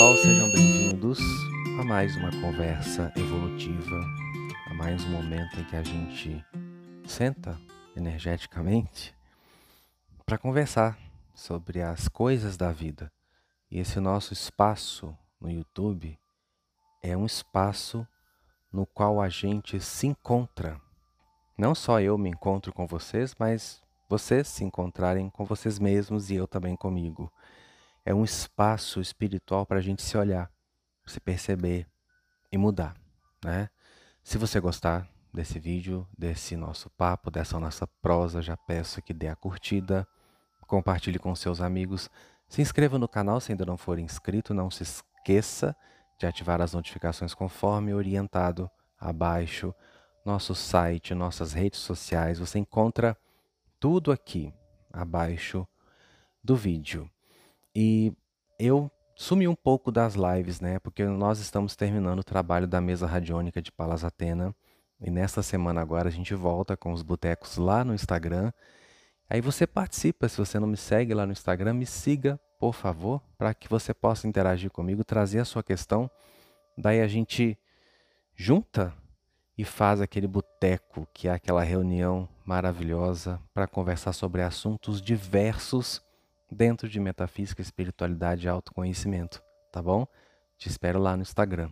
pessoal, sejam bem-vindos a mais uma conversa evolutiva, a mais um momento em que a gente senta energeticamente para conversar sobre as coisas da vida. E esse nosso espaço no YouTube é um espaço no qual a gente se encontra. Não só eu me encontro com vocês, mas vocês se encontrarem com vocês mesmos e eu também comigo. É um espaço espiritual para a gente se olhar, se perceber e mudar, né? Se você gostar desse vídeo, desse nosso papo, dessa nossa prosa, já peço que dê a curtida, compartilhe com seus amigos, se inscreva no canal se ainda não for inscrito, não se esqueça de ativar as notificações conforme orientado abaixo. Nosso site, nossas redes sociais, você encontra tudo aqui abaixo do vídeo. E eu sumi um pouco das lives, né? Porque nós estamos terminando o trabalho da mesa radiônica de Palas Athena. E nesta semana agora a gente volta com os botecos lá no Instagram. Aí você participa, se você não me segue lá no Instagram, me siga, por favor, para que você possa interagir comigo, trazer a sua questão. Daí a gente junta e faz aquele boteco, que é aquela reunião maravilhosa para conversar sobre assuntos diversos dentro de metafísica, espiritualidade e autoconhecimento, tá bom? Te espero lá no Instagram.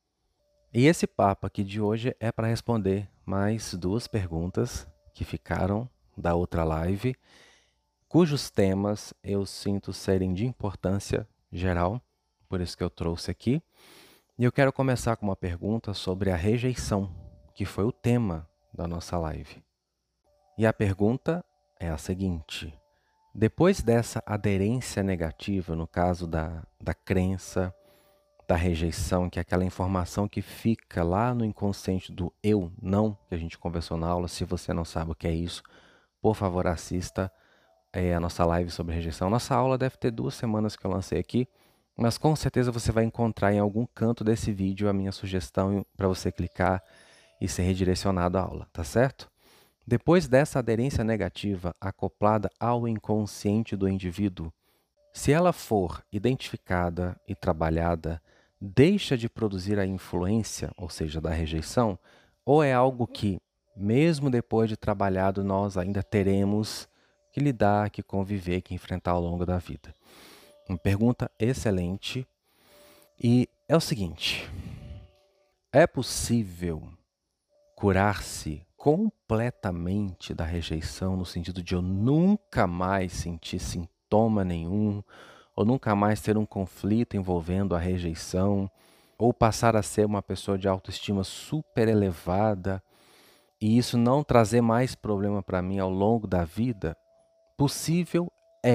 E esse papo aqui de hoje é para responder mais duas perguntas que ficaram da outra live, cujos temas eu sinto serem de importância geral, por isso que eu trouxe aqui. E eu quero começar com uma pergunta sobre a rejeição, que foi o tema da nossa live. E a pergunta é a seguinte: depois dessa aderência negativa, no caso da crença, da rejeição, que é aquela informação que fica lá no inconsciente do eu não, que a gente conversou na aula, se você não sabe o que é isso, por favor assista a nossa live sobre rejeição. Nossa aula deve ter 2 semanas que eu lancei aqui, mas com certeza você vai encontrar em algum canto desse vídeo a minha sugestão para você clicar e ser redirecionado à aula, tá certo? Depois dessa aderência negativa acoplada ao inconsciente do indivíduo, se ela for identificada e trabalhada, deixa de produzir a influência, ou seja, da rejeição, ou é algo que, mesmo depois de trabalhado, nós ainda teremos que lidar, que conviver, que enfrentar ao longo da vida? Uma pergunta excelente. E é o seguinte: é possível curar-se completamente da rejeição, no sentido de eu nunca mais sentir sintoma nenhum, ou nunca mais ter um conflito envolvendo a rejeição, ou passar a ser uma pessoa de autoestima super elevada, e isso não trazer mais problema para mim ao longo da vida? Possível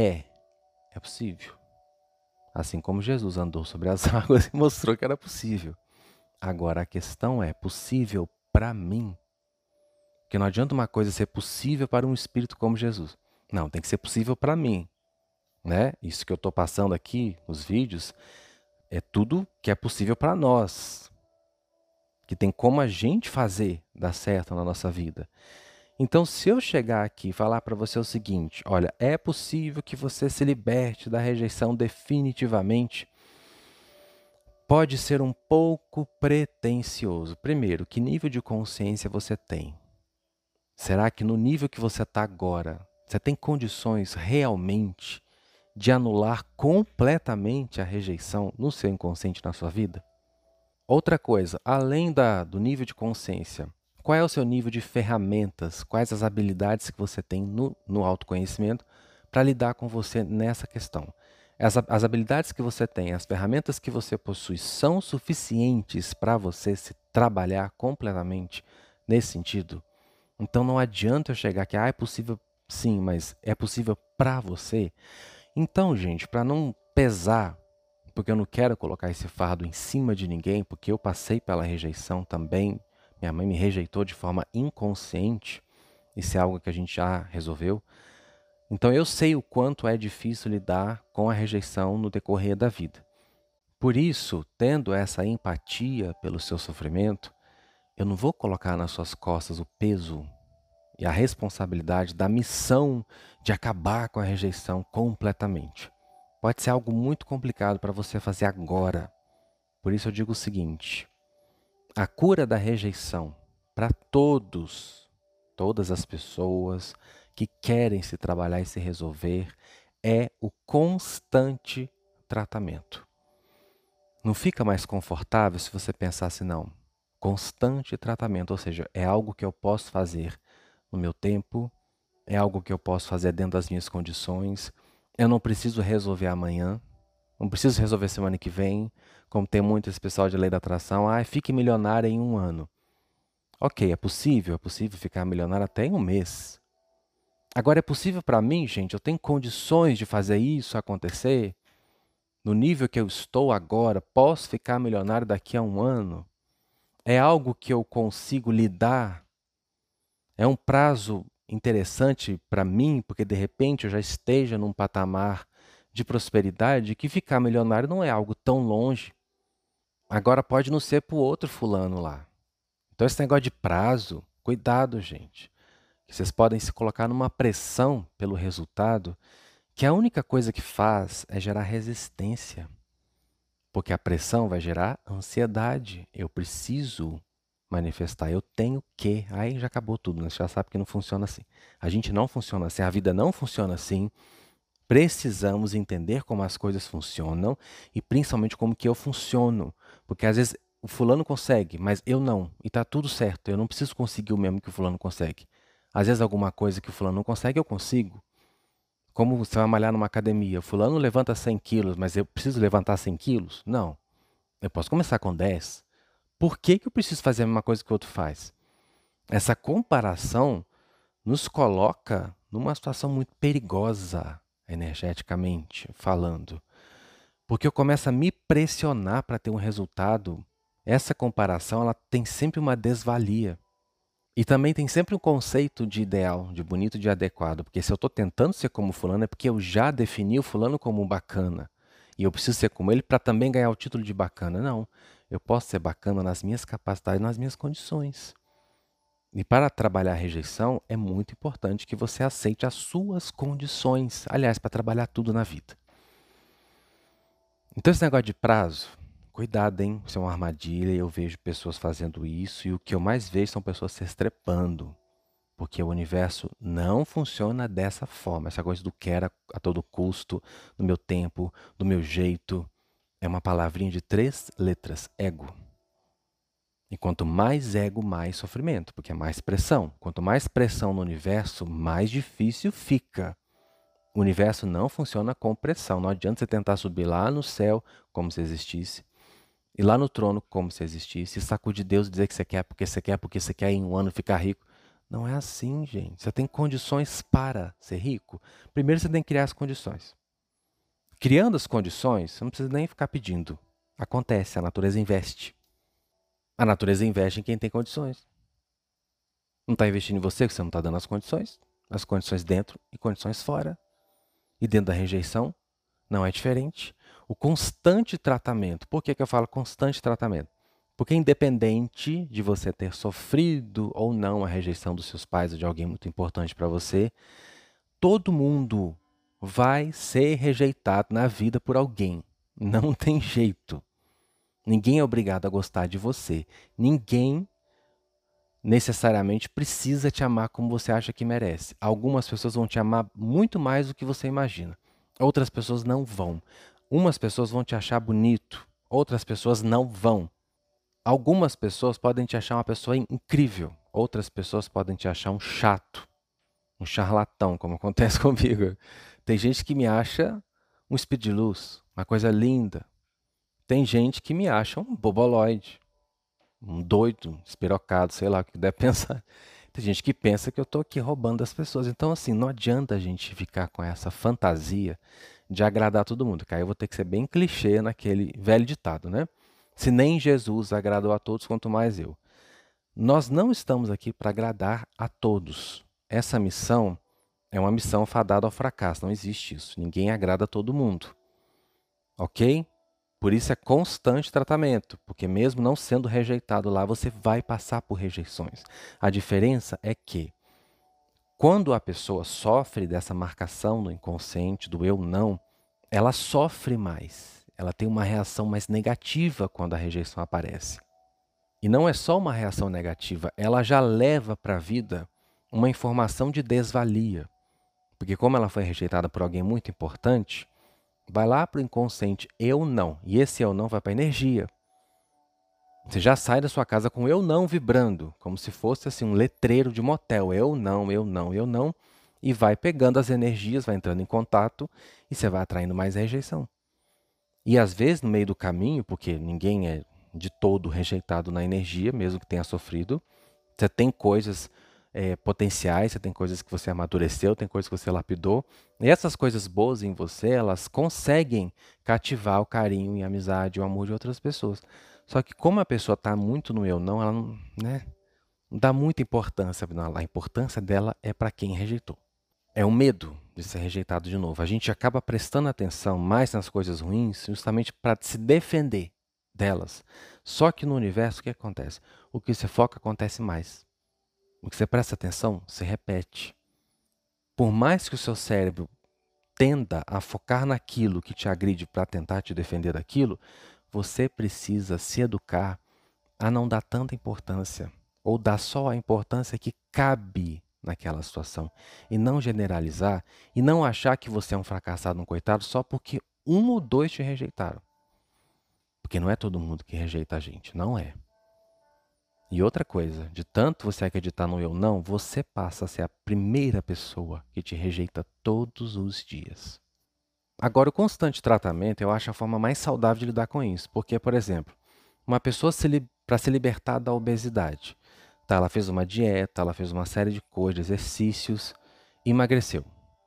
é possível. Assim como Jesus andou sobre as águas e mostrou que era possível. Agora a questão é: possível para mim? Porque não adianta uma coisa ser possível para um espírito como Jesus. Não, tem que ser possível para mim, né? Isso que eu estou passando aqui, os vídeos, é tudo que é possível para nós, que tem como a gente fazer dar certo na nossa vida. Então, se eu chegar aqui e falar para você o seguinte: olha, é possível que você se liberte da rejeição definitivamente, pode ser um pouco pretensioso. Primeiro, que nível de consciência você tem? Será que no nível que você está agora, você tem condições realmente de anular completamente a rejeição no seu inconsciente, na sua vida? Outra coisa, além do nível de consciência, qual é o seu nível de ferramentas, quais as habilidades que você tem no autoconhecimento para lidar com você nessa questão? As habilidades que você tem, as ferramentas que você possui são suficientes para você se trabalhar completamente nesse sentido? Então não adianta eu chegar aqui, é possível sim, mas é possível para você? Então, gente, para não pesar, porque eu não quero colocar esse fardo em cima de ninguém, porque eu passei pela rejeição também, minha mãe me rejeitou de forma inconsciente, isso é algo que a gente já resolveu. Então eu sei o quanto é difícil lidar com a rejeição no decorrer da vida. Por isso, tendo essa empatia pelo seu sofrimento, eu não vou colocar nas suas costas o peso e a responsabilidade da missão de acabar com a rejeição completamente. pode ser algo muito complicado para você fazer agora. Por isso eu digo o seguinte: a cura da rejeição para todas as pessoas que querem se trabalhar e se resolver, é o constante tratamento. Não fica mais confortável se você pensar assim, não. Constante tratamento, ou seja, é algo que eu posso fazer no meu tempo, é algo que eu posso fazer dentro das minhas condições, eu não preciso resolver amanhã, não preciso resolver semana que vem, como tem muito esse pessoal de lei da atração, fique milionário em 1 ano. Ok, é possível ficar milionário até em 1 mês. Agora é possível para mim, gente, eu tenho condições de fazer isso acontecer? No nível que eu estou agora, posso ficar milionário daqui a 1 ano? É algo que eu consigo lidar? É um prazo interessante para mim, porque de repente eu já esteja num patamar de prosperidade que ficar milionário não é algo tão longe. Agora pode não ser para o outro fulano lá. Então esse negócio de prazo, cuidado, gente. Vocês podem se colocar numa pressão pelo resultado, que a única coisa que faz é gerar resistência. Porque a pressão vai gerar ansiedade. Eu preciso manifestar, eu tenho que. Aí já acabou tudo, né? Você já sabe que não funciona assim. A gente não funciona assim, a vida não funciona assim. Precisamos entender como as coisas funcionam e principalmente como que eu funciono. Porque às vezes o fulano consegue, mas eu não. E tá tudo certo, eu não preciso conseguir o mesmo que o fulano consegue. Às vezes alguma coisa que o fulano não consegue, eu consigo. Como você vai malhar numa academia, o fulano levanta 100 quilos, mas eu preciso levantar 100 quilos? Não. Eu posso começar com 10. Por que eu preciso fazer a mesma coisa que o outro faz? Essa comparação nos coloca numa situação muito perigosa, energeticamente falando. Porque eu começo a me pressionar para ter um resultado. Essa comparação, ela tem sempre uma desvalia. E também tem sempre um conceito de ideal, de bonito, de adequado. Porque se eu estou tentando ser como fulano, é porque eu já defini o fulano como um bacana. E eu preciso ser como ele para também ganhar o título de bacana. Não, eu posso ser bacana nas minhas capacidades, nas minhas condições. E para trabalhar a rejeição, é muito importante que você aceite as suas condições. Aliás, para trabalhar tudo na vida. Então esse negócio de prazo, cuidado, hein? Isso é uma armadilha, eu vejo pessoas fazendo isso e o que eu mais vejo são pessoas se estrepando. Porque o universo não funciona dessa forma. Essa coisa do quero a todo custo, do meu tempo, do meu jeito. É uma palavrinha de 3 letras, ego. E quanto mais ego, mais sofrimento, porque é mais pressão. Quanto mais pressão no universo, mais difícil fica. O universo não funciona com pressão. Não adianta você tentar subir lá no céu como se existisse, e lá no trono como se existisse, e sacudir Deus e dizer que você quer, porque você quer em 1 ano ficar rico. Não é assim, gente. Você tem condições para ser rico. Primeiro você tem que criar as condições. Criando as condições, você não precisa nem ficar pedindo. Acontece, a natureza investe. A natureza investe em quem tem condições. Não está investindo em você, que você não está dando as condições. As condições dentro e condições fora. E dentro da rejeição, não é diferente. O constante tratamento. Por que eu falo constante tratamento? Porque independente de você ter sofrido ou não a rejeição dos seus pais ou de alguém muito importante para você, todo mundo vai ser rejeitado na vida por alguém. Não tem jeito. Ninguém é obrigado a gostar de você. Ninguém necessariamente precisa te amar como você acha que merece. Algumas pessoas vão te amar muito mais do que você imagina. Outras pessoas não vão. Umas pessoas vão te achar bonito, outras pessoas não vão. Algumas pessoas podem te achar uma pessoa incrível, outras pessoas podem te achar um chato, um charlatão, como acontece comigo. Tem gente que me acha um espírito de luz, uma coisa linda. Tem gente que me acha um boboloide, um doido, um espirocado, sei lá o que deve pensar. Tem gente que pensa que eu estou aqui roubando as pessoas. Então, assim, não adianta a gente ficar com essa fantasia de agradar todo mundo. Que aí eu vou ter que ser bem clichê naquele velho ditado, né? Se nem Jesus agradou a todos, quanto mais eu. Nós não estamos aqui para agradar a todos. Essa missão é uma missão fadada ao fracasso. Não existe isso. Ninguém agrada a todo mundo. Ok? Por isso é constante tratamento, porque mesmo não sendo rejeitado lá, você vai passar por rejeições. A diferença é que, quando a pessoa sofre dessa marcação no inconsciente, do eu não, ela sofre mais, ela tem uma reação mais negativa quando a rejeição aparece. E não é só uma reação negativa, ela já leva para a vida uma informação de desvalia. Porque como ela foi rejeitada por alguém muito importante, vai lá para o inconsciente, eu não. E esse eu não vai para a energia. Você já sai da sua casa com eu não vibrando, como se fosse assim um letreiro de motel. Eu não, eu não, eu não. E vai pegando as energias, vai entrando em contato e você vai atraindo mais rejeição. E às vezes no meio do caminho, porque ninguém é de todo rejeitado na energia, mesmo que tenha sofrido, você tem coisas potenciais, você tem coisas que você amadureceu, tem coisas que você lapidou. E essas coisas boas em você, elas conseguem cativar o carinho e a amizade, o amor de outras pessoas. Só que como a pessoa está muito no eu não, ela não, né, não dá muita importância. A importância dela é para quem rejeitou. É o medo de ser rejeitado de novo. A gente acaba prestando atenção mais nas coisas ruins justamente para se defender delas. Só que no universo o que acontece? O que você foca acontece mais. O que você presta atenção se repete. Por mais que o seu cérebro tenda a focar naquilo que te agride para tentar te defender daquilo, você precisa se educar a não dar tanta importância, ou dar só a importância que cabe naquela situação, e não generalizar, e não achar que você é um fracassado, um coitado, só porque um ou dois te rejeitaram. Porque não é todo mundo que rejeita a gente, não é. E outra coisa, de tanto você acreditar no eu não, você passa a ser a primeira pessoa que te rejeita todos os dias. Agora, o constante tratamento, eu acho a forma mais saudável de lidar com isso. Porque, por exemplo, uma pessoa para se libertar da obesidade, tá, ela fez uma dieta, ela fez uma série de coisas, exercícios, e emagreceu.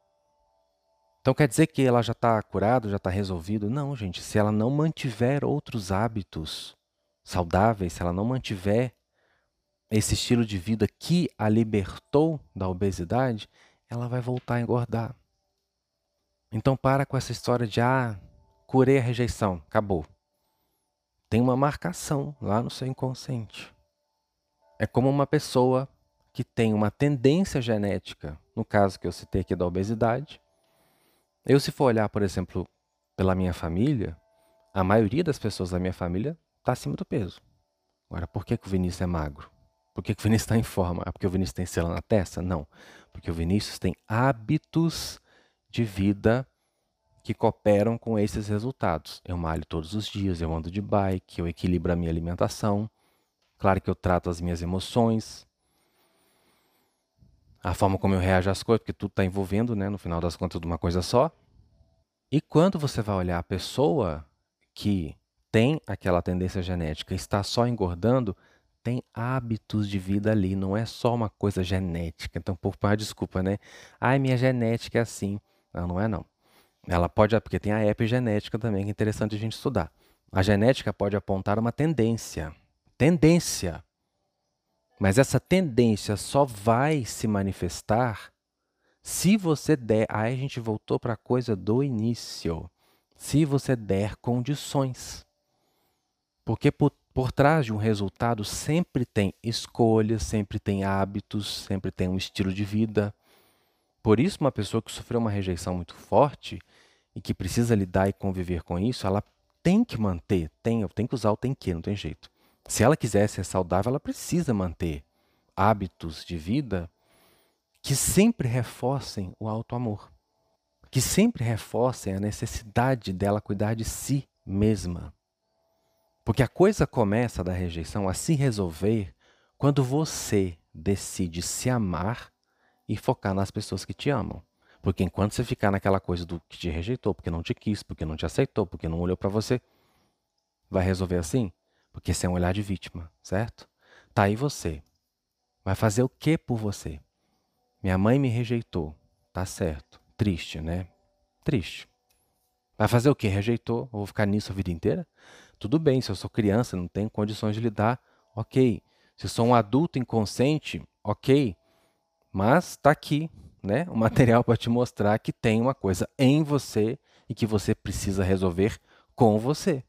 Então quer dizer que ela já está curada, já está resolvido? Não, gente. Se ela não mantiver outros hábitos saudáveis, se ela não mantiver esse estilo de vida que a libertou da obesidade, ela vai voltar a engordar. Então para com essa história de curei a rejeição, acabou. Tem uma marcação lá no seu inconsciente. É como uma pessoa que tem uma tendência genética, no caso que eu citei aqui da obesidade. Eu, se for olhar, por exemplo, pela minha família, a maioria das pessoas da minha família está acima do peso. Agora, por que o Vinícius é magro? Por que o Vinícius está em forma? É porque o Vinícius tem sela na testa? Não. Porque o Vinícius tem hábitos de vida que cooperam com esses resultados. Eu malho todos os dias, eu ando de bike, eu equilibro a minha alimentação. Claro que eu trato as minhas emoções, a forma como eu reajo às coisas, porque tudo está envolvendo, né, no final das contas, de uma coisa só. E quando você vai olhar a pessoa que tem aquela tendência genética e está só engordando, tem hábitos de vida ali, não é só uma coisa genética. Então, por desculpa, né? Ai, minha genética é assim. Não, não é não. Ela pode, porque tem a epigenética também, que é interessante a gente estudar. A genética pode apontar uma tendência. Tendência. Mas essa tendência só vai se manifestar se você der. Aí a gente voltou para a coisa do início. Se você der condições. Porque por trás de um resultado sempre tem escolhas, sempre tem hábitos, sempre tem um estilo de vida. Por isso, uma pessoa que sofreu uma rejeição muito forte e que precisa lidar e conviver com isso, ela tem que manter, tem que usar o tem que, não tem jeito. Se ela quiser ser saudável, ela precisa manter hábitos de vida que sempre reforcem o auto-amor, que sempre reforcem a necessidade dela cuidar de si mesma. Porque a coisa começa da rejeição a se resolver quando você decide se amar e focar nas pessoas que te amam. Porque enquanto você ficar naquela coisa do que te rejeitou, porque não te quis, porque não te aceitou, porque não olhou para você, vai resolver assim? Porque esse é um olhar de vítima, certo? Tá aí você. Vai fazer o que por você? Minha mãe me rejeitou. Tá certo. Triste, né? Triste. Vai fazer o que? Rejeitou. Eu vou ficar nisso a vida inteira? Tudo bem, se eu sou criança, não tenho condições de lidar, ok. Se eu sou um adulto inconsciente, ok. Mas tá aqui, né? O material para te mostrar que tem uma coisa em você e que você precisa resolver com você.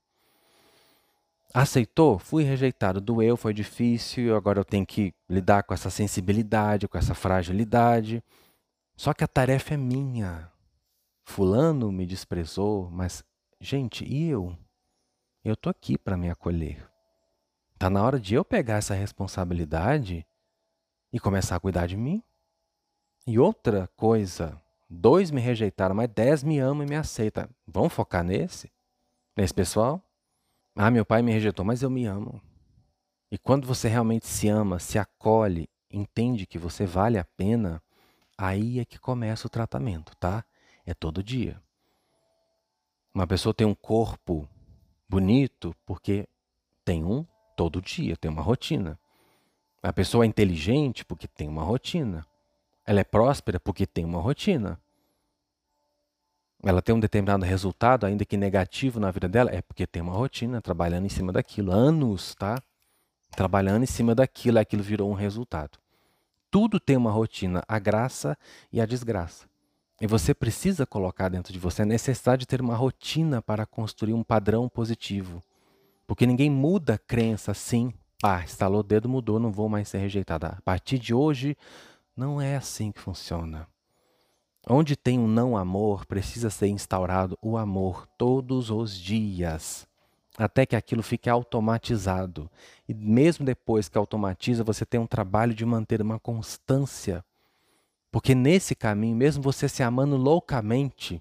Aceitou? Fui rejeitado, doeu, foi difícil, agora eu tenho que lidar com essa sensibilidade, com essa fragilidade. Só que a tarefa é minha. fulano me desprezou, mas, gente, e eu? Eu tô aqui para me acolher. Tá na hora de eu pegar essa responsabilidade e começar a cuidar de mim. E outra coisa, 2 me rejeitaram, mas 10 me amam e me aceitam. Vamos focar nesse pessoal? Ah, meu pai me rejeitou, mas eu me amo. E quando você realmente se ama, se acolhe, entende que você vale a pena, aí é que começa o tratamento, tá? É todo dia. Uma pessoa tem um corpo bonito porque tem um todo dia, tem uma rotina. A pessoa é inteligente porque tem uma rotina. Ela é próspera porque tem uma rotina. Ela tem um determinado resultado, ainda que negativo na vida dela, é porque tem uma rotina, trabalhando em cima daquilo. Anos, tá? Trabalhando em cima daquilo, aquilo virou um resultado. Tudo tem uma rotina, a graça e a desgraça. E você precisa colocar dentro de você a necessidade de ter uma rotina para construir um padrão positivo. Porque ninguém muda a crença assim, pá, estalou o dedo, mudou, não vou mais ser rejeitada. A partir de hoje, não é assim que funciona. Onde tem um não amor, precisa ser instaurado o amor todos os dias, até que aquilo fique automatizado. E mesmo depois que automatiza, você tem um trabalho de manter uma constância. Porque nesse caminho, mesmo você se amando loucamente,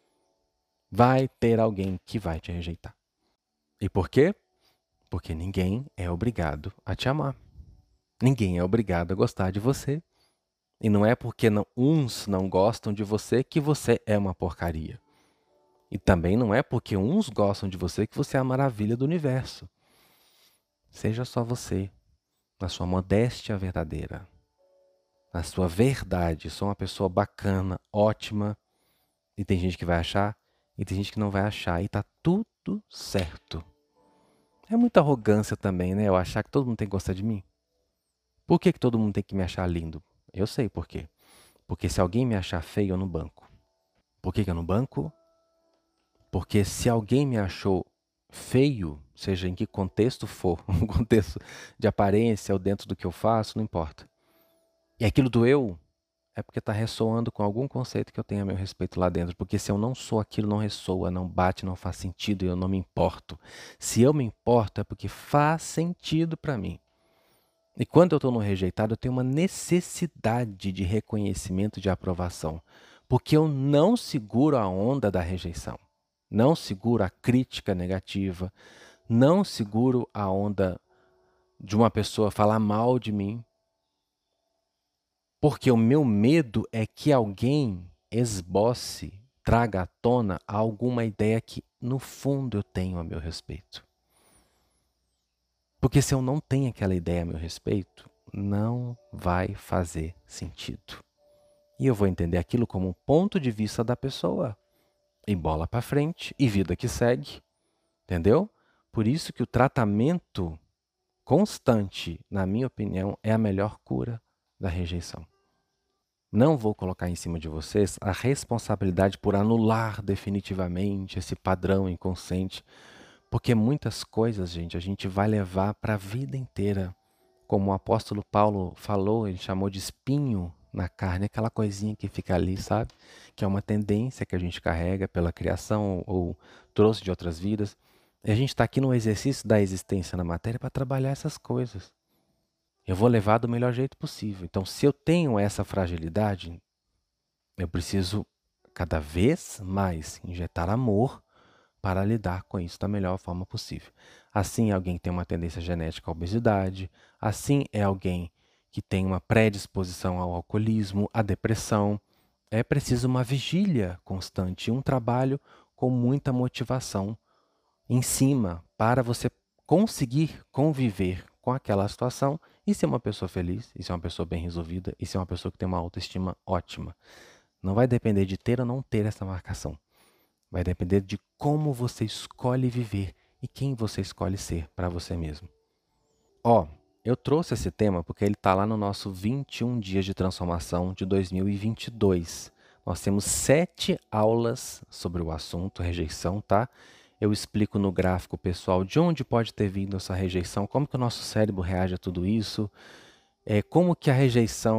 vai ter alguém que vai te rejeitar. E por quê? Porque ninguém é obrigado a te amar. Ninguém é obrigado a gostar de você. E não é porque uns não gostam de você é uma porcaria. E também não é porque uns gostam de você que você é a maravilha do universo. Seja só você, na sua modéstia verdadeira, na sua verdade. Sou uma pessoa bacana, ótima. E tem gente que vai achar, e tem gente que não vai achar. E tá tudo certo. É muita arrogância também, né? Eu achar que todo mundo tem que gostar de mim. Por que todo mundo tem que me achar lindo? Eu sei por quê. Porque se alguém me achar feio, eu não banco. Por que eu não banco? Porque se alguém me achou feio, seja em que contexto for, um contexto de aparência ou dentro do que eu faço, não importa. E aquilo doeu, é porque está ressoando com algum conceito que eu tenho a meu respeito lá dentro. Porque se eu não sou aquilo, não ressoa, não bate, não faz sentido e eu não me importo. Se eu me importo, é porque faz sentido para mim. E quando eu estou no rejeitado, eu tenho uma necessidade de reconhecimento, de aprovação. Porque eu não seguro a onda da rejeição. Não seguro a crítica negativa. Não seguro a onda de uma pessoa falar mal de mim. Porque o meu medo é que alguém esboce, traga à tona alguma ideia que, no fundo, eu tenho a meu respeito. Porque se eu não tenho aquela ideia a meu respeito, não vai fazer sentido. E eu vou entender aquilo como um ponto de vista da pessoa. E bola para frente, e vida que segue. Entendeu? Por isso que o tratamento constante, na minha opinião, é a melhor cura da rejeição. Não vou colocar em cima de vocês a responsabilidade por anular definitivamente esse padrão inconsciente, porque muitas coisas, gente, a gente vai levar para a vida inteira. Como o apóstolo Paulo falou, ele chamou de espinho na carne, aquela coisinha que fica ali, sabe? Que é uma tendência que a gente carrega pela criação ou trouxe de outras vidas. E a gente está aqui no exercício da existência na matéria para trabalhar essas coisas. Eu vou levar do melhor jeito possível. Então, se eu tenho essa fragilidade, eu preciso cada vez mais injetar amor para lidar com isso da melhor forma possível. Assim, é alguém que tem uma tendência genética à obesidade, assim é alguém que tem uma predisposição ao alcoolismo, à depressão. É preciso uma vigília constante, um trabalho com muita motivação em cima para você conseguir conviver com aquela situação e ser uma pessoa feliz, e ser uma pessoa bem resolvida, e ser uma pessoa que tem uma autoestima ótima. Não vai depender de ter ou não ter essa marcação. Vai depender de como você escolhe viver e quem você escolhe ser para você mesmo. Ó, eu trouxe esse tema porque ele está lá no nosso 21 dias de transformação de 2022. Nós temos 7 aulas sobre o assunto rejeição, tá? Eu explico no gráfico pessoal de onde pode ter vindo essa rejeição, como que o nosso cérebro reage a tudo isso, como que a rejeição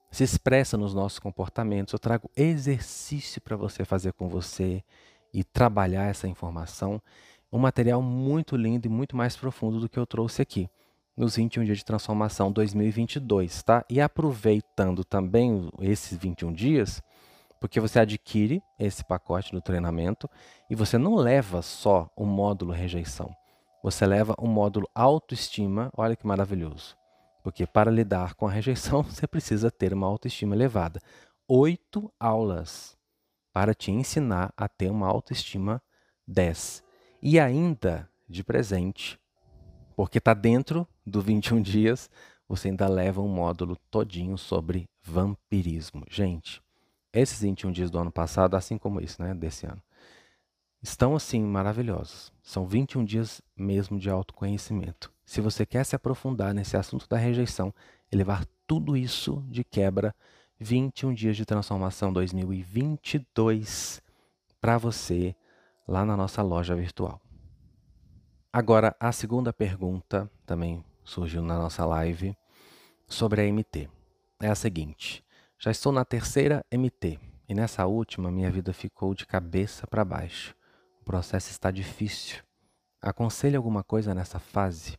se expressa nos nossos comportamentos. Eu trago exercício para você fazer com você e trabalhar essa informação. Um material muito lindo e muito mais profundo do que eu trouxe aqui nos 21 dias de transformação 2022, tá? E aproveitando também esses 21 dias, porque você adquire esse pacote do treinamento e você não leva só o módulo rejeição. Você leva o módulo autoestima. Olha que maravilhoso. Porque para lidar com a rejeição, você precisa ter uma autoestima elevada. 8 aulas para te ensinar a ter uma autoestima 10. E ainda, de presente, porque está dentro do 21 dias, você ainda leva um módulo todinho sobre vampirismo. Gente, esses 21 dias do ano passado, assim como esse, né, desse ano, estão assim maravilhosos. São 21 dias mesmo de autoconhecimento. Se você quer se aprofundar nesse assunto da rejeição e levar tudo isso de quebra, 21 dias de transformação 2022 para você lá na nossa loja virtual. Agora, a segunda pergunta também surgiu na nossa live sobre a MT. É a seguinte: já estou na terceira MT e nessa última minha vida ficou de cabeça para baixo. O processo está difícil. Aconselhe alguma coisa nessa fase?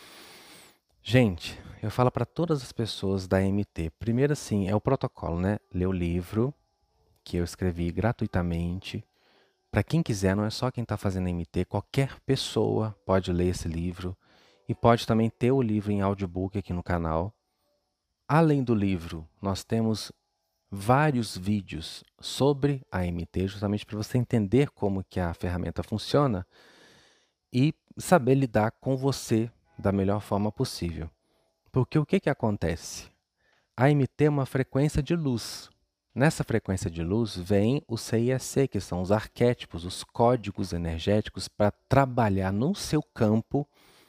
Gente, eu falo para todas as pessoas da MT. Primeiro, assim, é o protocolo, né? Ler o livro que eu escrevi gratuitamente. Para quem quiser, não é só quem está fazendo MT, qualquer pessoa pode ler esse livro e pode também ter o livro em audiobook aqui no canal. Além do livro, nós temos vários vídeos sobre a MT, justamente para você entender como que a ferramenta funciona e saber lidar com você da melhor forma possível. Porque o que acontece? A MT é uma frequência de luz. Nessa frequência de luz vem o CISC, que são os arquétipos, os códigos energéticos para trabalhar no seu campo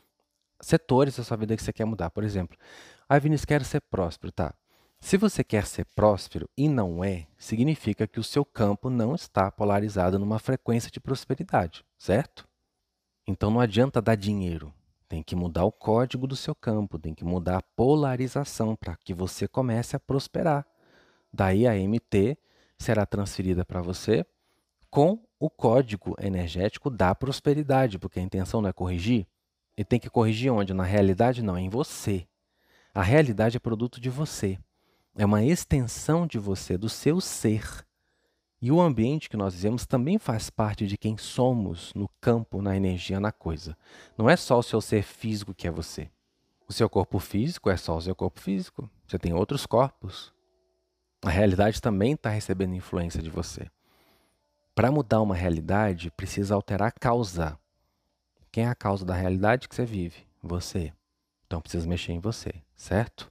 setores da sua vida que você quer mudar. Por exemplo, Vinícius, quero ser próspero, tá? Se você quer ser próspero e não é, significa que o seu campo não está polarizado numa frequência de prosperidade, certo? Então não adianta dar dinheiro. Tem que mudar o código do seu campo, tem que mudar a polarização para que você comece a prosperar. Daí a MT será transferida para você com o código energético da prosperidade, porque a intenção não é corrigir. E tem que corrigir onde? Na realidade não, é em você. A realidade é produto de você. É uma extensão de você, do seu ser. E o ambiente que nós vivemos também faz parte de quem somos no campo, na energia, na coisa. Não é só o seu ser físico que é você. O seu corpo físico é só o seu corpo físico. Você tem outros corpos. A realidade também está recebendo influência de você. Para mudar uma realidade, precisa alterar a causa. Quem é a causa da realidade que você vive? Você. Então precisa mexer em você, certo?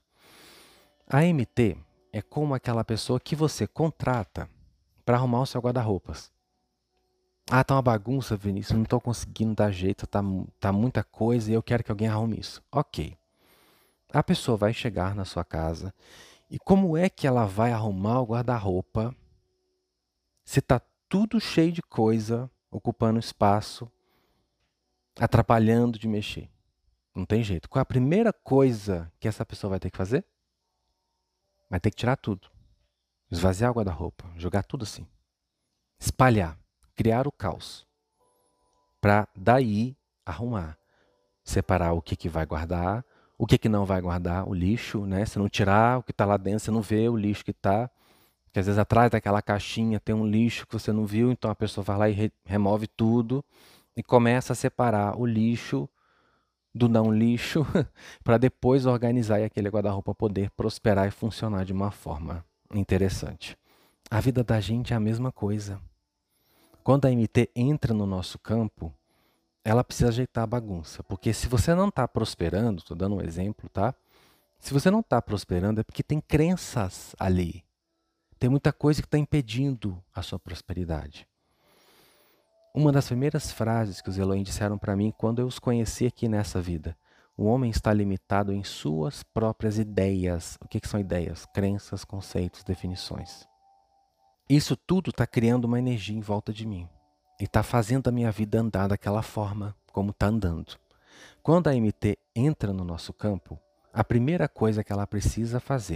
A MT é como aquela pessoa que você contrata para arrumar o seu guarda-roupas. Ah, tá uma bagunça, Vinícius, não estou conseguindo dar jeito, tá muita coisa e eu quero que alguém arrume isso. Ok. A pessoa vai chegar na sua casa e como é que ela vai arrumar o guarda-roupa se está tudo cheio de coisa, ocupando espaço, atrapalhando de mexer? Não tem jeito. Qual é a primeira coisa que essa pessoa vai ter que fazer? Vai ter que tirar tudo. Esvaziar o guarda-roupa, jogar tudo assim. Espalhar, criar o caos. Para daí arrumar. Separar o que vai guardar, o que não vai guardar, o lixo, né? Se não tirar o que está lá dentro, você não vê o lixo que está. Porque às vezes atrás daquela caixinha tem um lixo que você não viu, então a pessoa vai lá e remove tudo e começa a separar o lixo do não lixo para depois organizar e aquele guarda-roupa poder prosperar e funcionar de uma forma interessante. A vida da gente é a mesma coisa. Quando a MT entra no nosso campo, ela precisa ajeitar a bagunça. Porque se você não está prosperando, estou dando um exemplo, tá? Se você não está prosperando é porque tem crenças ali. Tem muita coisa que está impedindo a sua prosperidade. Uma das primeiras frases que os Elohim disseram para mim quando eu os conheci aqui nessa vida: o homem está limitado em suas próprias ideias. O que são ideias? Crenças, conceitos, definições. Isso tudo está criando uma energia em volta de mim. E está fazendo a minha vida andar daquela forma como está andando. Quando a MT entra no nosso campo, a primeira coisa que ela precisa fazer,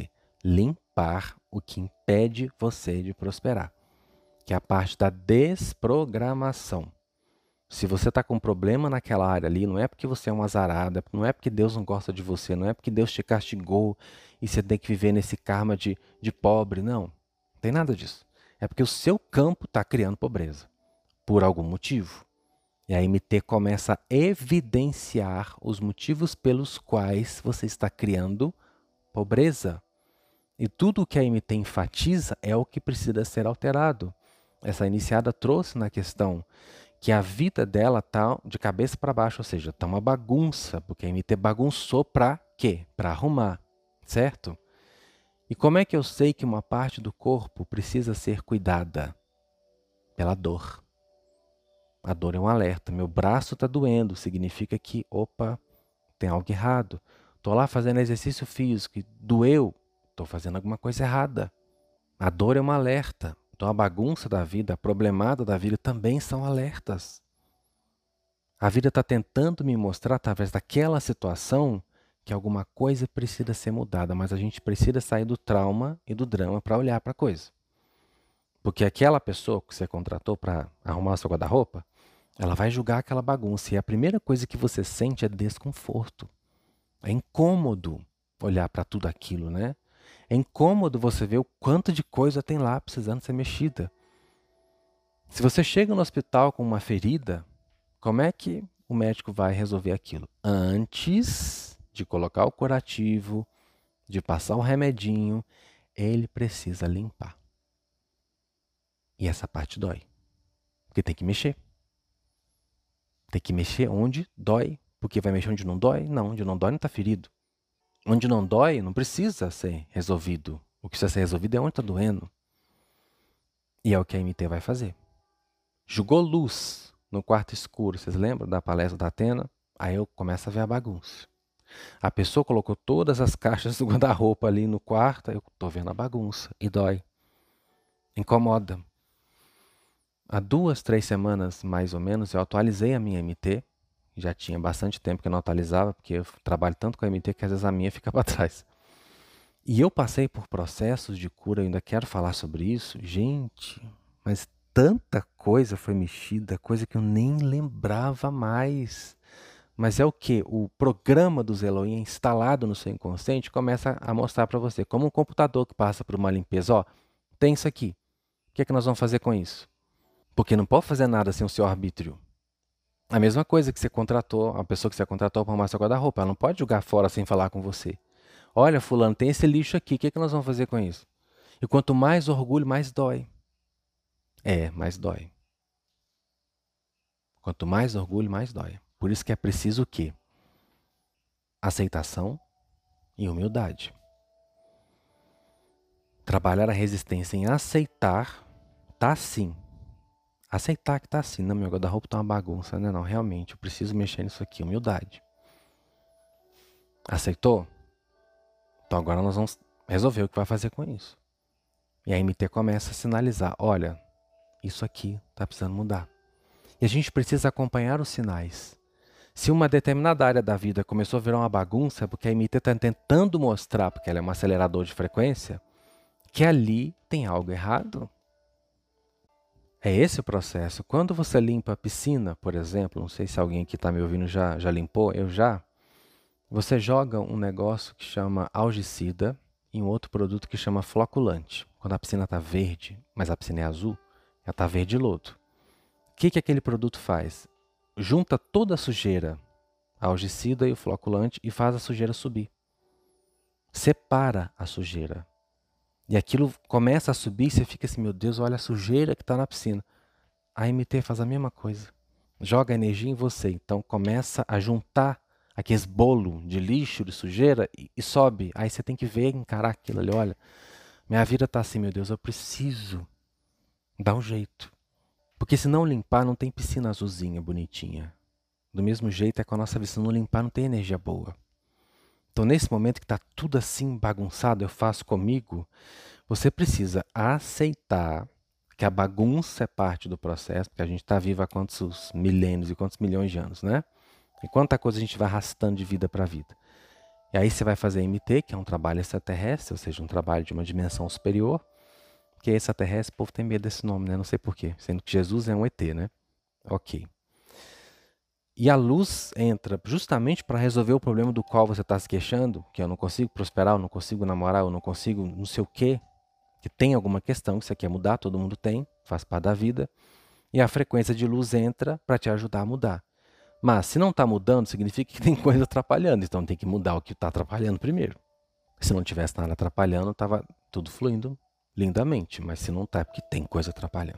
limpar o que impede você de prosperar, que é a parte da desprogramação. Se você está com problema naquela área ali, não é porque você é uma azarada, não é porque Deus não gosta de você, não é porque Deus te castigou e você tem que viver nesse karma de pobre, não. Não tem nada disso. É porque o seu campo está criando pobreza, por algum motivo. E a MT começa a evidenciar os motivos pelos quais você está criando pobreza. E tudo o que a MT enfatiza é o que precisa ser alterado. Essa iniciada trouxe na questão que a vida dela tá de cabeça para baixo, ou seja, tá uma bagunça, porque a MT bagunçou para quê? Para arrumar, certo? E como é que eu sei que uma parte do corpo precisa ser cuidada? Pela dor. A dor é um alerta. Meu braço está doendo, significa que, opa, tem algo errado. Estou lá fazendo exercício físico e doeu, estou fazendo alguma coisa errada. A dor é um alerta. Então a bagunça da vida, a problemada da vida também são alertas. A vida está tentando me mostrar, através daquela situação, que alguma coisa precisa ser mudada, mas a gente precisa sair do trauma e do drama para olhar para a coisa. Porque aquela pessoa que você contratou para arrumar o seu guarda-roupa, ela vai julgar aquela bagunça e a primeira coisa que você sente é desconforto. É incômodo olhar para tudo aquilo, né? É incômodo você ver o quanto de coisa tem lá precisando ser mexida. Se você chega no hospital com uma ferida, como é que o médico vai resolver aquilo? Antes de colocar o curativo, de passar o remedinho, ele precisa limpar. E essa parte dói. Porque tem que mexer. Tem que mexer onde dói. Porque vai mexer onde não dói? Não, onde não dói não está ferido. Onde não dói não precisa ser resolvido. O que precisa ser resolvido é onde está doendo. E é o que a MT vai fazer. Jogou luz no quarto escuro. Vocês lembram da palestra da Atena? Aí eu começo a ver a bagunça. A pessoa colocou todas as caixas do guarda-roupa ali no quarto, eu estou vendo a bagunça e dói. Incomoda. Há 2, 3 semanas, mais ou menos, eu atualizei a minha MT. Já tinha bastante tempo que eu não atualizava, porque eu trabalho tanto com a MT que às vezes a minha fica para trás. E eu passei por processos de cura, eu ainda quero falar sobre isso. Gente, mas tanta coisa foi mexida, coisa que eu nem lembrava mais. Mas é o que? O programa dos Elohim instalado no seu inconsciente começa a mostrar para você, como um computador que passa por uma limpeza. Ó, tem isso aqui. O que é que nós vamos fazer com isso? Porque não pode fazer nada sem o seu arbítrio. A mesma coisa que você contratou, a pessoa que você contratou para arrumar seu guarda-roupa, ela não pode jogar fora sem falar com você. Olha, fulano, tem esse lixo aqui, o que é que nós vamos fazer com isso? E quanto mais orgulho, mais dói. Mais dói. Quanto mais orgulho, mais dói. Por isso que é preciso o quê? Aceitação e humildade. Trabalhar a resistência em aceitar, tá assim. Aceitar que tá assim. Não, meu guarda-roupa tá uma bagunça, né? Não, realmente, eu preciso mexer nisso aqui. Humildade. Aceitou? Então agora nós vamos resolver o que vai fazer com isso. E a MT começa a sinalizar, olha, isso aqui tá precisando mudar. E a gente precisa acompanhar os sinais. Se uma determinada área da vida começou a virar uma bagunça, é porque a MT está tentando mostrar, porque ela é um acelerador de frequência, que ali tem algo errado. É esse o processo. Quando você limpa a piscina, por exemplo, não sei se alguém aqui está me ouvindo já limpou, eu já. Você joga um negócio que chama algicida e um outro produto que chama floculante. Quando a piscina está verde, mas a piscina é azul, ela está verde lodo. O que aquele produto faz? Junta toda a sujeira, a algicida e o floculante, e faz a sujeira subir. Separa a sujeira. E aquilo começa a subir e você fica assim, meu Deus, olha a sujeira que está na piscina. A MT faz a mesma coisa. Joga energia em você. Então começa a juntar aqueles bolo de lixo, de sujeira e sobe. Aí você tem que ver, encarar aquilo ali. Olha, minha vida está assim, meu Deus, eu preciso dar um jeito. Porque se não limpar, não tem piscina azulzinha, bonitinha. Do mesmo jeito é com a nossa vida, se não limpar, não tem energia boa. Então, nesse momento que está tudo assim bagunçado, eu faço comigo, você precisa aceitar que a bagunça é parte do processo, porque a gente está vivo há quantos milênios e quantos milhões de anos, né? E quanta coisa a gente vai arrastando de vida para vida. E aí você vai fazer MT, que é um trabalho extraterrestre, ou seja, um trabalho de uma dimensão superior. Que é extraterrestre, o povo tem medo desse nome, né? Não sei porquê, sendo que Jesus é um ET, né? Ok. E a luz entra justamente para resolver o problema do qual você está se queixando, que eu não consigo prosperar, eu não consigo namorar, eu não consigo não sei o quê, que tem alguma questão que você quer mudar, todo mundo tem, faz parte da vida. E a frequência de luz entra para te ajudar a mudar. Mas se não está mudando, significa que tem coisa atrapalhando, então tem que mudar o que está atrapalhando primeiro. Se não tivesse nada atrapalhando, estava tudo fluindo lindamente, mas se não está, é porque tem coisa atrapalhando.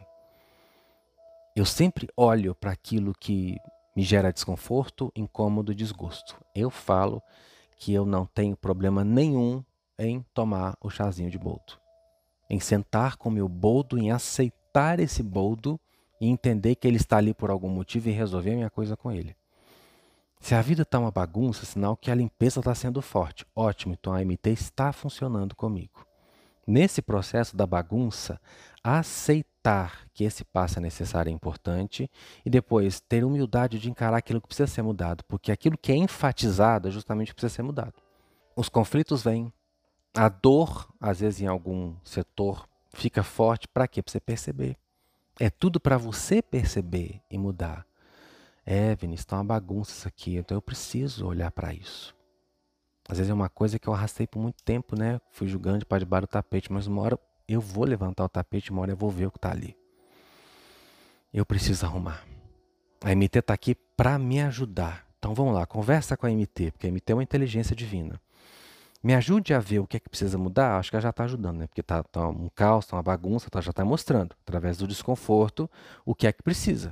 Eu sempre olho para aquilo que me gera desconforto, incômodo, desgosto. Eu falo que eu não tenho problema nenhum em tomar o chazinho de boldo, em sentar com o meu boldo, em aceitar esse boldo e entender que ele está ali por algum motivo e resolver a minha coisa com ele. Se a vida está uma bagunça, sinal que a limpeza está sendo forte. Ótimo, então a MT está funcionando comigo. Nesse processo da bagunça, aceitar que esse passo é necessário e importante e depois ter humildade de encarar aquilo que precisa ser mudado, porque aquilo que é enfatizado é justamente o que precisa ser mudado. Os conflitos vêm, a dor, às vezes em algum setor, fica forte. Para quê? Para você perceber. É tudo para você perceber e mudar. Vinícius, está uma bagunça isso aqui, então eu preciso olhar para isso. Às vezes é uma coisa que eu arrastei por muito tempo, né? Fui julgando para debaixo do tapete, mas uma hora eu vou levantar o tapete, uma hora eu vou ver o que está ali. Eu preciso arrumar. A MT está aqui para me ajudar. Então vamos lá, conversa com a MT, porque a MT é uma inteligência divina. Me ajude a ver o que é que precisa mudar, acho que ela já está ajudando, né? Porque tá um caos, tá uma bagunça, já está mostrando, através do desconforto, o que é que precisa.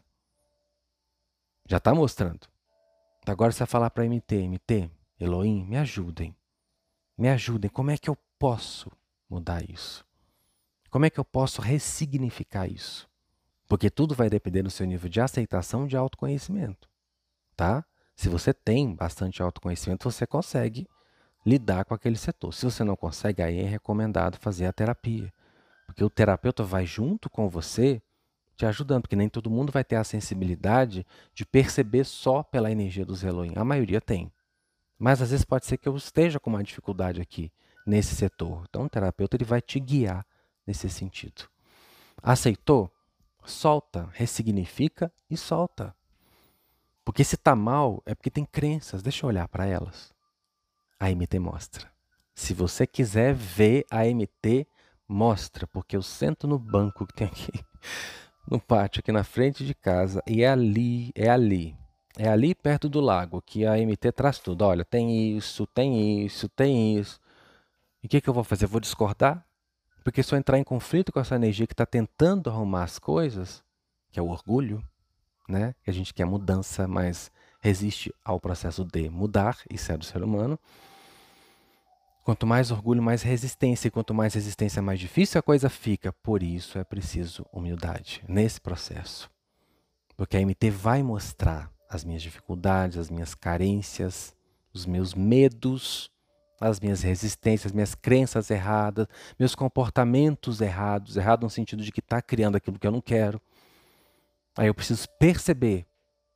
Já está mostrando. Agora você vai falar para a MT, MT, Elohim, me ajudem. Me ajudem, como é que eu posso mudar isso? Como é que eu posso ressignificar isso? Porque tudo vai depender do seu nível de aceitação e de autoconhecimento, tá? Se você tem bastante autoconhecimento, você consegue lidar com aquele setor. Se você não consegue, aí é recomendado fazer a terapia. Porque o terapeuta vai junto com você te ajudando, porque nem todo mundo vai ter a sensibilidade de perceber só pela energia dos Elohim. A maioria tem. Mas às vezes pode ser que eu esteja com uma dificuldade aqui nesse setor. Então o terapeuta ele vai te guiar nesse sentido. Aceitou? Solta, ressignifica e solta. Porque se está mal é porque tem crenças. Deixa eu olhar para elas. A MT mostra. Se você quiser ver a MT, mostra, porque eu sento no banco que tem aqui no pátio, aqui na frente de casa, e é ali, é ali. É ali perto do lago que a MT traz tudo. Olha, tem isso, tem isso, tem isso. E o que eu vou fazer? Eu vou discordar? Porque se eu entrar em conflito com essa energia que está tentando arrumar as coisas, que é o orgulho, né? Que a gente quer mudança, mas resiste ao processo de mudar, isso é do ser humano. Quanto mais orgulho, mais resistência. E quanto mais resistência, mais difícil a coisa fica. Por isso é preciso humildade nesse processo. Porque a MT vai mostrar as minhas dificuldades, as minhas carências, os meus medos, as minhas resistências, minhas crenças erradas, meus comportamentos errados. Errado no sentido de que está criando aquilo que eu não quero. Aí eu preciso perceber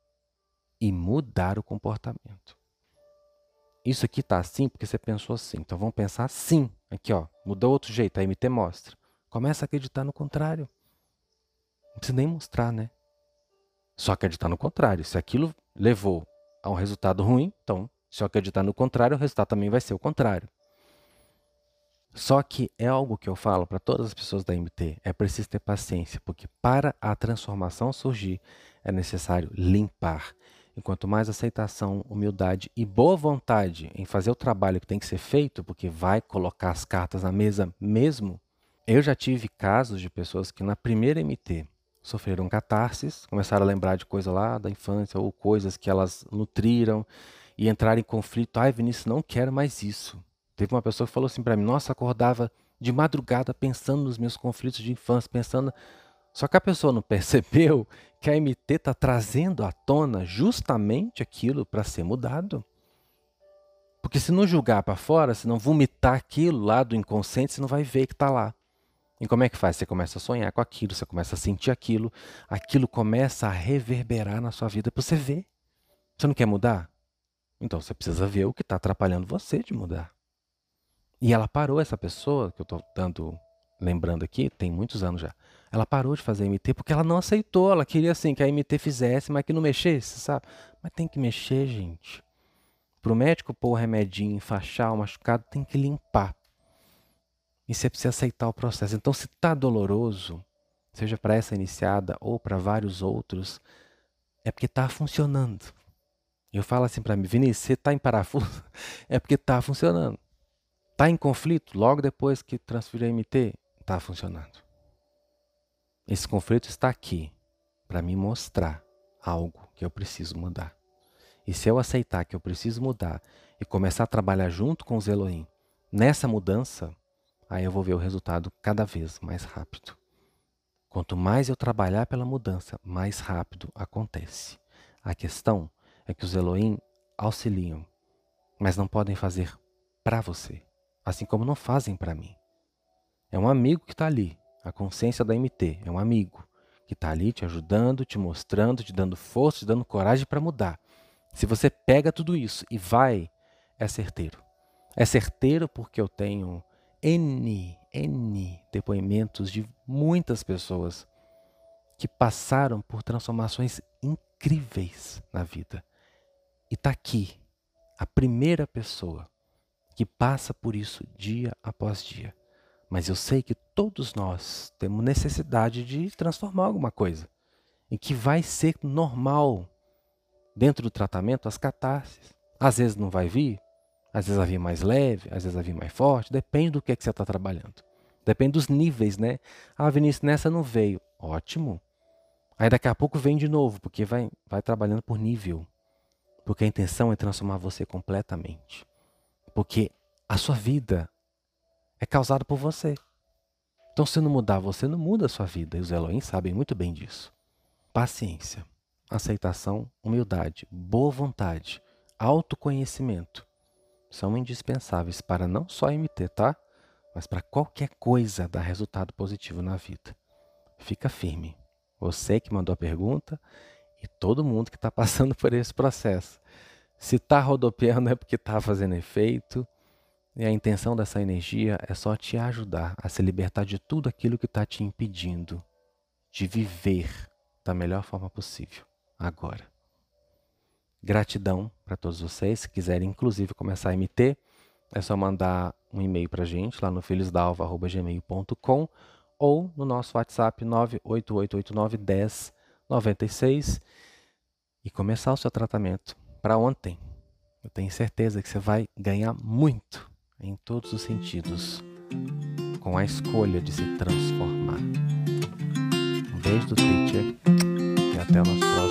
e mudar o comportamento. Isso aqui está assim porque você pensou assim. Então vamos pensar assim. Aqui, ó, mudou outro jeito. A MT mostra. Começa a acreditar no contrário. Não precisa nem mostrar, né? Só acreditar no contrário. Se aquilo levou a um resultado ruim, então, se eu acreditar no contrário, o resultado também vai ser o contrário. Só que é algo que eu falo para todas as pessoas da MT. É preciso ter paciência, porque para a transformação surgir, é necessário limpar. E quanto mais aceitação, humildade e boa vontade em fazer o trabalho que tem que ser feito, porque vai colocar as cartas na mesa mesmo. Eu já tive casos de pessoas que na primeira MT sofreram catarses, começaram a lembrar de coisa lá da infância ou coisas que elas nutriram e entraram em conflito. Ai, Vinícius, não quero mais isso. Teve uma pessoa que falou assim para mim, nossa, acordava de madrugada pensando nos meus conflitos de infância, pensando... Só que a pessoa não percebeu que a MT está trazendo à tona justamente aquilo para ser mudado. Porque se não julgar para fora, se não vomitar aquilo lá do inconsciente, você não vai ver que está lá. E como é que faz? Você começa a sonhar com aquilo, você começa a sentir aquilo começa a reverberar na sua vida para você ver. Você não quer mudar? Então você precisa ver o que está atrapalhando você de mudar. E ela parou, essa pessoa que eu estou lembrando aqui, tem muitos anos já. Ela parou de fazer MT porque ela não aceitou. Ela queria assim que a MT fizesse, mas que não mexesse, sabe? Mas tem que mexer, gente. Para o médico pôr o remedinho, enfaixar o machucado, tem que limpar. E você precisa aceitar o processo. Então, se está doloroso, seja para essa iniciada ou para vários outros, é porque está funcionando. Eu falo assim para mim, Vinícius, você está em parafuso? É porque está funcionando. Está em conflito? Logo depois que transferiu a MT, está funcionando. Esse conflito está aqui para me mostrar algo que eu preciso mudar. E se eu aceitar que eu preciso mudar e começar a trabalhar junto com os Elohim nessa mudança, aí eu vou ver o resultado cada vez mais rápido. Quanto mais eu trabalhar pela mudança, mais rápido acontece. A questão é que os Elohim auxiliam, mas não podem fazer para você, assim como não fazem para mim. É um amigo que está ali, a consciência da MT, é um amigo que está ali te ajudando, te mostrando, te dando força, te dando coragem para mudar. Se você pega tudo isso e vai, é certeiro. É certeiro porque eu tenho N depoimentos de muitas pessoas que passaram por transformações incríveis na vida. E está aqui a primeira pessoa que passa por isso dia após dia. Mas eu sei que todos nós temos necessidade de transformar alguma coisa. E que vai ser normal dentro do tratamento as catarses. Às vezes não vai vir, às vezes vai vir mais leve, às vezes vai vir mais forte, depende do que você está trabalhando. Depende dos níveis, né? Ah, Vinícius, nessa não veio. Ótimo. Aí daqui a pouco vem de novo, porque vai trabalhando por nível. Porque a intenção é transformar você completamente. Porque a sua vida é causada por você. Então, se não mudar você, não muda a sua vida. E os Elohim sabem muito bem disso. Paciência, aceitação, humildade, boa vontade, autoconhecimento são indispensáveis para não só MT, tá? Mas para qualquer coisa dar resultado positivo na vida. Fica firme. Você que mandou a pergunta e todo mundo que está passando por esse processo. Se está rodopiando é porque está fazendo efeito. E a intenção dessa energia é só te ajudar a se libertar de tudo aquilo que está te impedindo de viver da melhor forma possível, agora. Gratidão para todos vocês. Se quiserem, inclusive, começar a MT, é só mandar um e-mail para a gente lá no filhosdalva@gmail.com ou no nosso WhatsApp 988891096 e começar o seu tratamento para ontem. Eu tenho certeza que você vai ganhar muito em todos os sentidos com a escolha de se transformar. Um beijo do Teacher e até o nosso próximo